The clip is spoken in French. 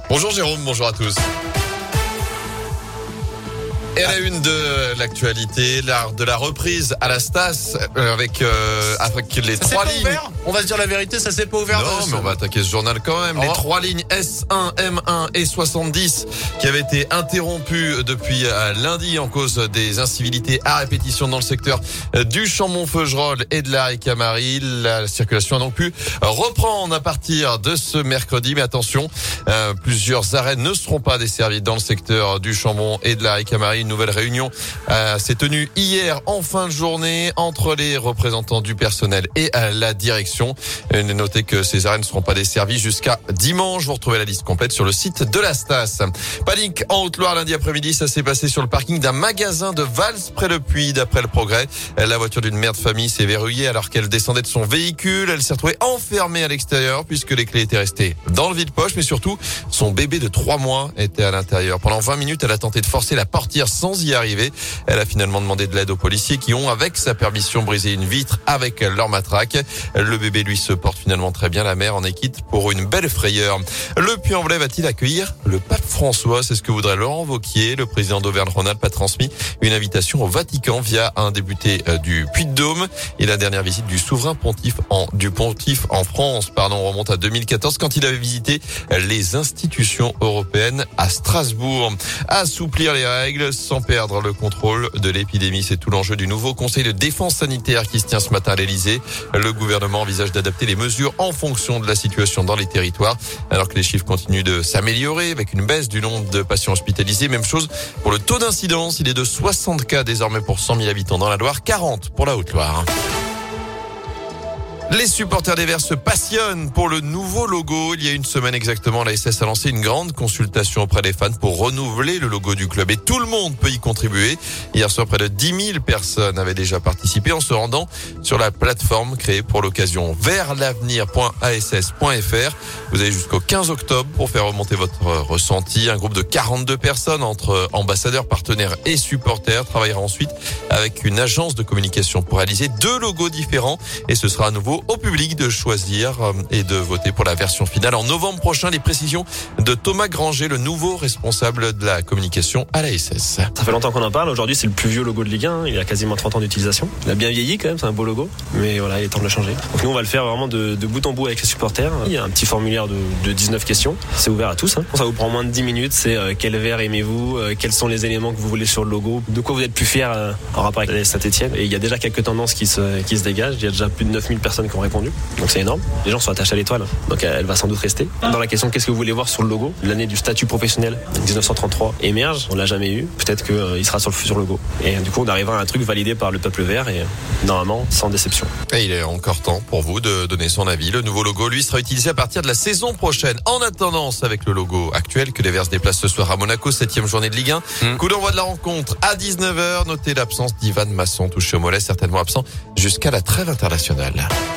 Bonjour Jérôme, bonjour à tous. Et à la une de l'actualité, l'art de la reprise à la Stas avec les ça trois s'est pas lignes. ouvert. On va se dire la vérité, ça s'est pas ouvert. Non, mais on va attaquer ce journal quand même. Les trois lignes S1, M1 et 70 qui avaient été interrompues depuis lundi en cause des incivilités à répétition dans le secteur du Chambon-Feugerolles et de la Ricamari. La circulation a donc pu reprendre à partir de ce mercredi. Mais attention, plusieurs arrêts ne seront pas desservis dans le secteur du Chambon et de la Ricamari. Une nouvelle réunion s'est tenue hier en fin de journée entre les représentants du personnel et la direction. Notez que ces arrêts ne seront pas desservis jusqu'à dimanche. Vous retrouvez la liste complète sur le site de la Stas. Panique en Haute-Loire lundi après-midi. Ça s'est passé sur le parking d'un magasin de Vals près le Puy. D'après le Progrès, la voiture d'une mère de famille s'est verrouillée alors qu'elle descendait de son véhicule. Elle s'est retrouvée enfermée à l'extérieur puisque les clés étaient restées dans le vide-poche. Mais surtout, son bébé de 3 mois était à l'intérieur. Pendant 20 minutes, elle a tenté de forcer la portière sans y arriver. Elle a finalement demandé de l'aide aux policiers qui ont, avec sa permission, brisé une vitre avec leur matraque. Le bébé, lui, se porte finalement très bien. La mère en est quitte pour une belle frayeur. Le Puy-en-Velay va-t-il accueillir le pape François? C'est ce que voudrait Laurent Wauquiez. Le président d'Auvergne-Rhône-Alpes a transmis une invitation au Vatican via un député du Puy-de-Dôme. Et la dernière visite du souverain pontife en France, remonte à 2014 quand il avait visité les institutions européennes à Strasbourg. Assouplir les règles sans perdre le contrôle de l'épidémie. C'est tout l'enjeu du nouveau conseil de défense sanitaire qui se tient ce matin à l'Elysée. Le gouvernement envisage d'adapter les mesures en fonction de la situation dans les territoires, alors que les chiffres continuent de s'améliorer avec une baisse du nombre de patients hospitalisés. Même chose pour le taux d'incidence. Il est de 60 cas désormais pour 100 000 habitants dans la Loire, 40 pour la Haute-Loire. Les supporters des Verts se passionnent pour le nouveau logo. Il y a une semaine exactement, la SS a lancé une grande consultation auprès des fans pour renouveler le logo du club et tout le monde peut y contribuer. Hier soir, près de 10 000 personnes avaient déjà participé en se rendant sur la plateforme créée pour l'occasion verslavenir.ass.fr. Vous avez jusqu'au 15 octobre pour faire remonter votre ressenti. Un groupe de 42 personnes entre ambassadeurs, partenaires et supporters travaillera ensuite avec une agence de communication pour réaliser 2 logos différents et ce sera à nouveau au public de choisir et de voter pour la version finale en novembre prochain. Les précisions de Thomas Granger, le nouveau responsable de la communication à la SS. Ça fait longtemps qu'on en parle. Aujourd'hui, c'est le plus vieux logo de Ligue 1. Il a quasiment 30 ans d'utilisation. Il a bien vieilli quand même, c'est un beau logo. Mais voilà, il est temps de le changer. Donc nous, on va le faire vraiment de bout en bout avec les supporters. Il y a un petit formulaire de 19 questions. C'est ouvert à tous. Ça vous prend moins de 10 minutes. C'est quel vert aimez-vous, quels sont les éléments que vous voulez sur le logo, de quoi vous êtes plus fier en rapport avec Saint-Etienne. Et il y a déjà quelques tendances qui se dégagent. Il y a déjà plus de 9000 personnes qui ont répondu. Donc c'est énorme. Les gens sont attachés à l'étoile. Donc elle va sans doute rester. Dans la question, qu'est-ce que vous voulez voir sur le logo? L'année du statut professionnel, 1933, émerge. On l'a jamais eu. Peut-être qu'il sera sur le futur logo. Et du coup, on arrivera à un truc validé par le peuple vert et normalement, sans déception. Et il est encore temps pour vous de donner son avis. Le nouveau logo, lui, sera utilisé à partir de la saison prochaine. En attendant, avec le logo actuel que les Verts se déplacent ce soir à Monaco, 7e journée de Ligue 1. Coup d'envoi de la rencontre à 19h. Notez l'absence d'Ivan Masson, touché au mollet, certainement absent jusqu'à la trêve internationale.